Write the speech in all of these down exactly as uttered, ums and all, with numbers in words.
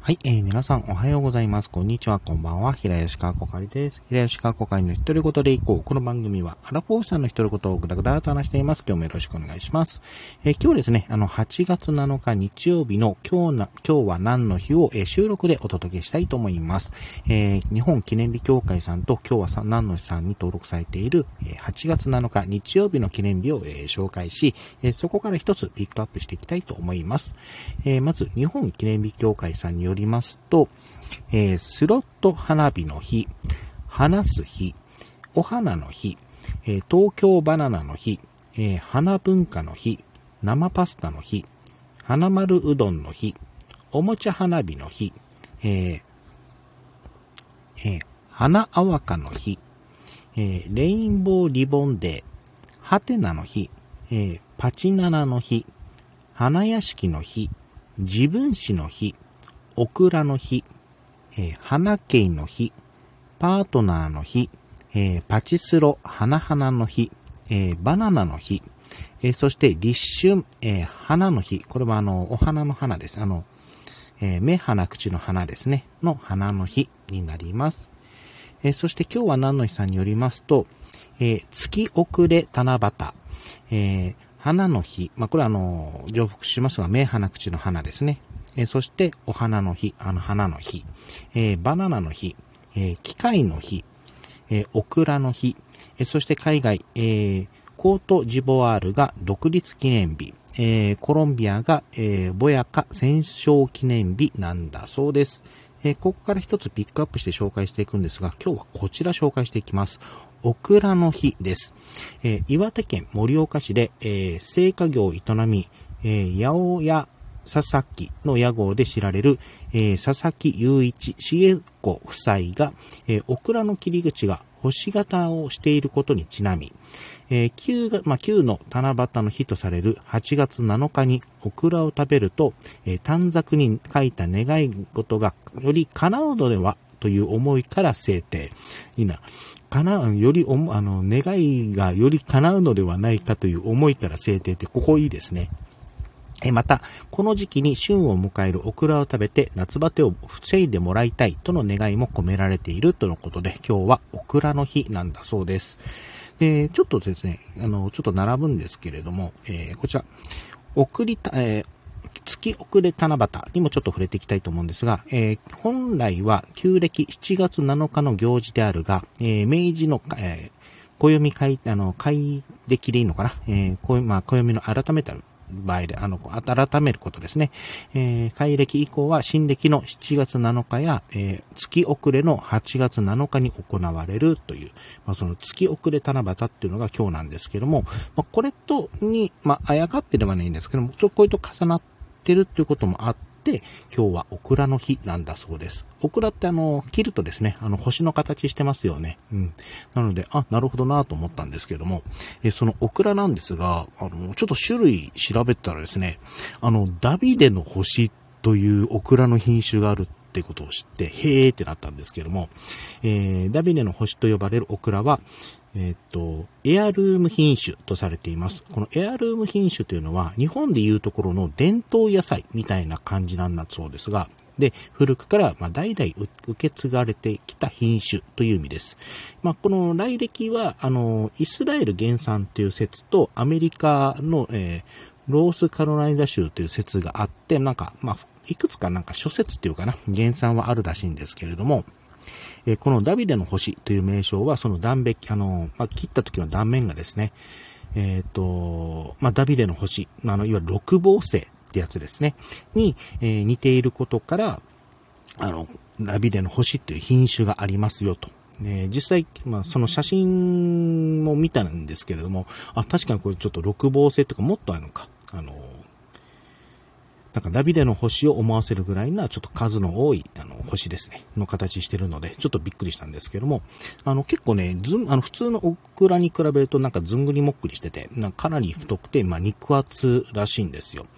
はい、えー、皆さんおはようございます。こんにちは、こんばんは。平吉川こかりです。平吉川こかりの一人言でいこう。この番組は、アラフォーさんの一人言をぐだぐだと話しています。今日もよろしくお願いします。えー、今日ですね、あの、はちがつなのか日曜日の今日な、今日は何の日を、えー、収録でお届けしたいと思います。えー、日本記念日協会さんと今日はさ何の日さんに登録されている、えー、はちがつなのか日曜日の記念日を、えー、紹介し、えー、そこから一つピックアップしていきたいと思います。えー、まず、日本記念日協会さんによりますと、えー、スロット花火の日、話す日、お花の日、えー、東京バナナの日、えー、花文化の日、生パスタの日、花丸うどんの日、おもちゃ花火の日、えーえー、花あわかの日、えー、レインボーリボンデー、ハテナの日、えー、パチナナの日、花屋敷の日、自分史の日、オクラの日、えー、花系の日、パートナーの日、えー、パチスロ花花の日、えー、バナナの日、えー、そして立春、えー、花の日、これはあのお花の花です。あの、えー、目鼻口の花ですねの花の日になります。えー、そして今日は何の日さんによりますと、えー、月遅れ七夕、えー、花の日、まあこれはあの重複しますが目鼻口の花ですね。えー、そして、お花の日、あの花の日、えー、バナナの日、えー、機械の日、えー、オクラの日、えー、そして海外、えー、コートジボワールが独立記念日、えー、コロンビアが、えー、ボヤカ戦勝記念日なんだそうです。えー、ここから一つピックアップして紹介していくんですが、今日はこちら紹介していきます。オクラの日です。えー、岩手県盛岡市で、えー、製菓業を営み、えー、八百屋佐々木の屋号で知られる、えー、佐々木雄一重子夫妻が、えー、オクラの切り口が星型をしていることにちなみ、えー、旧が、まあ、旧の七夕の日とされるはちがつなのかにオクラを食べると、えー、短冊に書いた願い事がより叶うのではという思いから制定。いいな。かな、よりおも、あの、願いがより叶うのではないかという思いから制定って、ここいいですね。また、この時期に旬を迎えるオクラを食べて夏バテを防いでもらいたいとの願いも込められているとのことで、今日はオクラの日なんだそうです。えー、ちょっとですね、あの、ちょっと並ぶんですけれども、えー、こちら、送りた、えー、月遅れ七夕にもちょっと触れていきたいと思うんですが、えー、本来は旧暦しちがつなのかの行事であるが、えー、明治の、えー、暦改、あの、改暦でいいのかな、えー、こまあ、暦の改めた場合で、あの、改めることですね。えー、改暦以降は新暦のしちがつなのかや、えー、月遅れのはちがつなのかに行われるという、まあ、その月遅れ七夕っていうのが今日なんですけども、まあ、これとに、まあ、あやかってればないんですけども、ちょっとこれと重なってるっていうこともあって、で、今日はオクラの日なんだそうです。オクラってあの、切るとですね、あの、星の形してますよね。うん。なので、あ、なるほどなと思ったんですけども、え、そのオクラなんですが、あの、ちょっと種類調べたらですね、あの、ダビデの星というオクラの品種があるってことを知って、へーってなったんですけども、えー、ダビデの星と呼ばれるオクラは、えっと、エアルーム品種とされています。このエアルーム品種というのは、日本でいうところの伝統野菜みたいな感じなんだそうですが、で、古くから、まあ、代々受け継がれてきた品種という意味です。まあ、この来歴は、あの、イスラエル原産という説と、アメリカの、えー、ロースカロライナ州という説があって、なんか、まあ、いくつかなんか諸説っていうかな、原産はあるらしいんですけれども、えー、このダビデの星という名称は、その断壁、あの、まあ、切った時の断面がですね、えっと、まあ、ダビデの星、あの、いわゆる六芒星ってやつですね、に、えー、似ていることから、あの、ダビデの星という品種がありますよと。えー、実際、まあ、その写真も見たんですけれども、あ、確かにこれちょっと六芒星とかもっとあるのか、あの、なんかダビデの星を思わせるぐらいなちょっと数の多いあの星ですねの形してるのでちょっとびっくりしたんですけども、あの結構ねずんあの普通のオクラに比べるとなんかずんぐりもっくりしててなんかかなり太くてまあ肉厚らしいんですよ。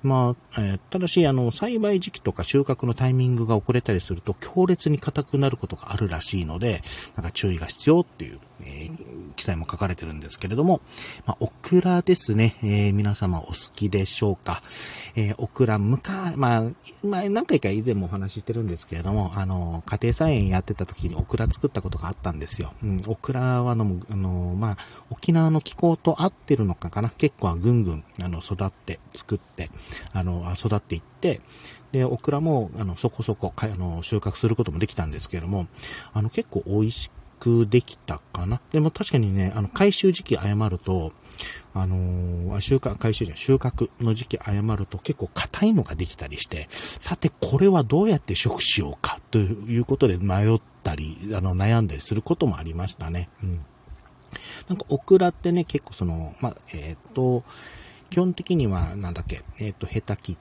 まあ、えー、ただし、あの、栽培時期とか収穫のタイミングが遅れたりすると、強烈に硬くなることがあるらしいので、なんか注意が必要っていう、えー、記載も書かれてるんですけれども、まあ、オクラですね、えー、皆様お好きでしょうか。えー、オクラ、むか、まあ、まあ、何回か以前もお話ししてるんですけれども、あの、家庭菜園やってた時にオクラ作ったことがあったんですよ。うん、オクラはあの、あの、まあ、沖縄の気候と合ってるのかかな。結構ぐんぐん、あの、育って、作って、あの、育っていって、で、オクラも、あの、そこそこ、あの、収穫することもできたんですけれども、あの、結構美味しくできたかな。でも確かにね、あの、回収時期誤ると、あのー、収穫、回収じゃ収穫の時期誤ると結構硬いのができたりして、さてこれはどうやって食しようかということで迷ったり、あの、悩んだりすることもありましたね。うん。なんかオクラってね、結構その、まあ、えっと、基本的には、なんだっけ、えっと、ヘタ切って、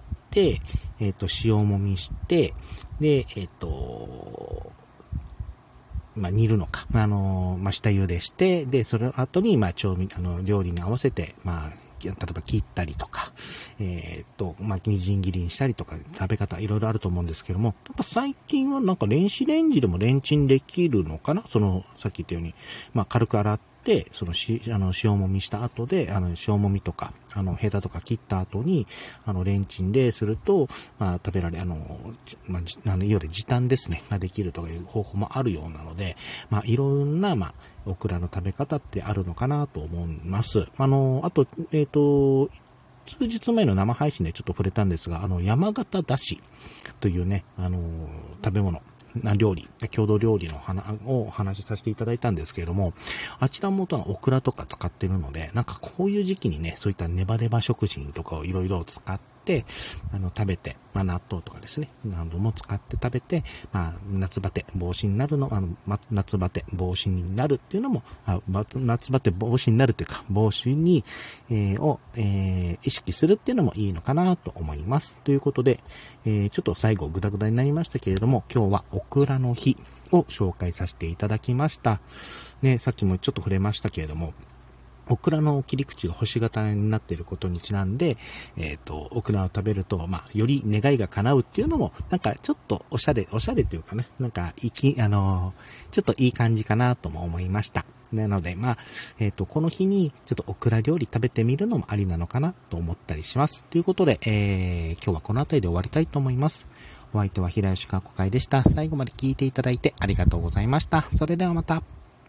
えっと、塩もみして、で、えっと、まあ、煮るのか。あの、まあ、下茹でして、で、その後に、まあ、調味、あの、料理に合わせて、まあ、例えば切ったりとか、えー、っと、まあ、みじん切りにしたりとか、食べ方いろいろあると思うんですけども、なんか最近はなんか電子レンジでもレンチンできるのかな？その、さっき言ったように、まあ、軽く洗って、そのし、あの、塩もみした後で、あの、塩もみとか、あの、ヘタとか切った後に、あの、レンチンですると、まあ、食べられ、あの、まあ、あの、いわゆる時短ですね、ができるとかいう方法もあるようなので、まあ、いろんな、まあ、オクラの食べ方ってあるのかなと思います。あの、あと、えっと、数日前の生配信でちょっと触れたんですが、あの、山形だしというね、あの、食べ物、料理、郷土料理の話をお話しさせていただいたんですけれども、あちらもオクラとか使ってるので、なんかこういう時期にね、そういったネバネバ食品とかをいろいろ使って、あの、食べて、まあ、納豆とかですね、何度も使って食べて、まあ、夏バテ防止になるの、あの、ま、夏バテ防止になるっていうのも、あま、夏バテ防止になるというか、防止に、えー、を、えー、意識するっていうのもいいのかなと思います。ということで、えー、ちょっと最後グダグダになりましたけれども、今日はオクラの日を紹介させていただきました。ね、さっきもちょっと触れましたけれども、オクラの切り口が星型になっていることにちなんで、えっと、オクラを食べると、まあ、より願いが叶うっていうのも、なんかちょっとおしゃれ、おしゃれっていうかね、なんか、いき、あのー、ちょっといい感じかなとも思いました。なので、まあ、えっと、この日に、ちょっとオクラ料理食べてみるのもありなのかなと思ったりします。ということで、えー、今日はこの辺りで終わりたいと思います。お相手は平吉かこかいでした。最後まで聞いていただいてありがとうございました。それではまた。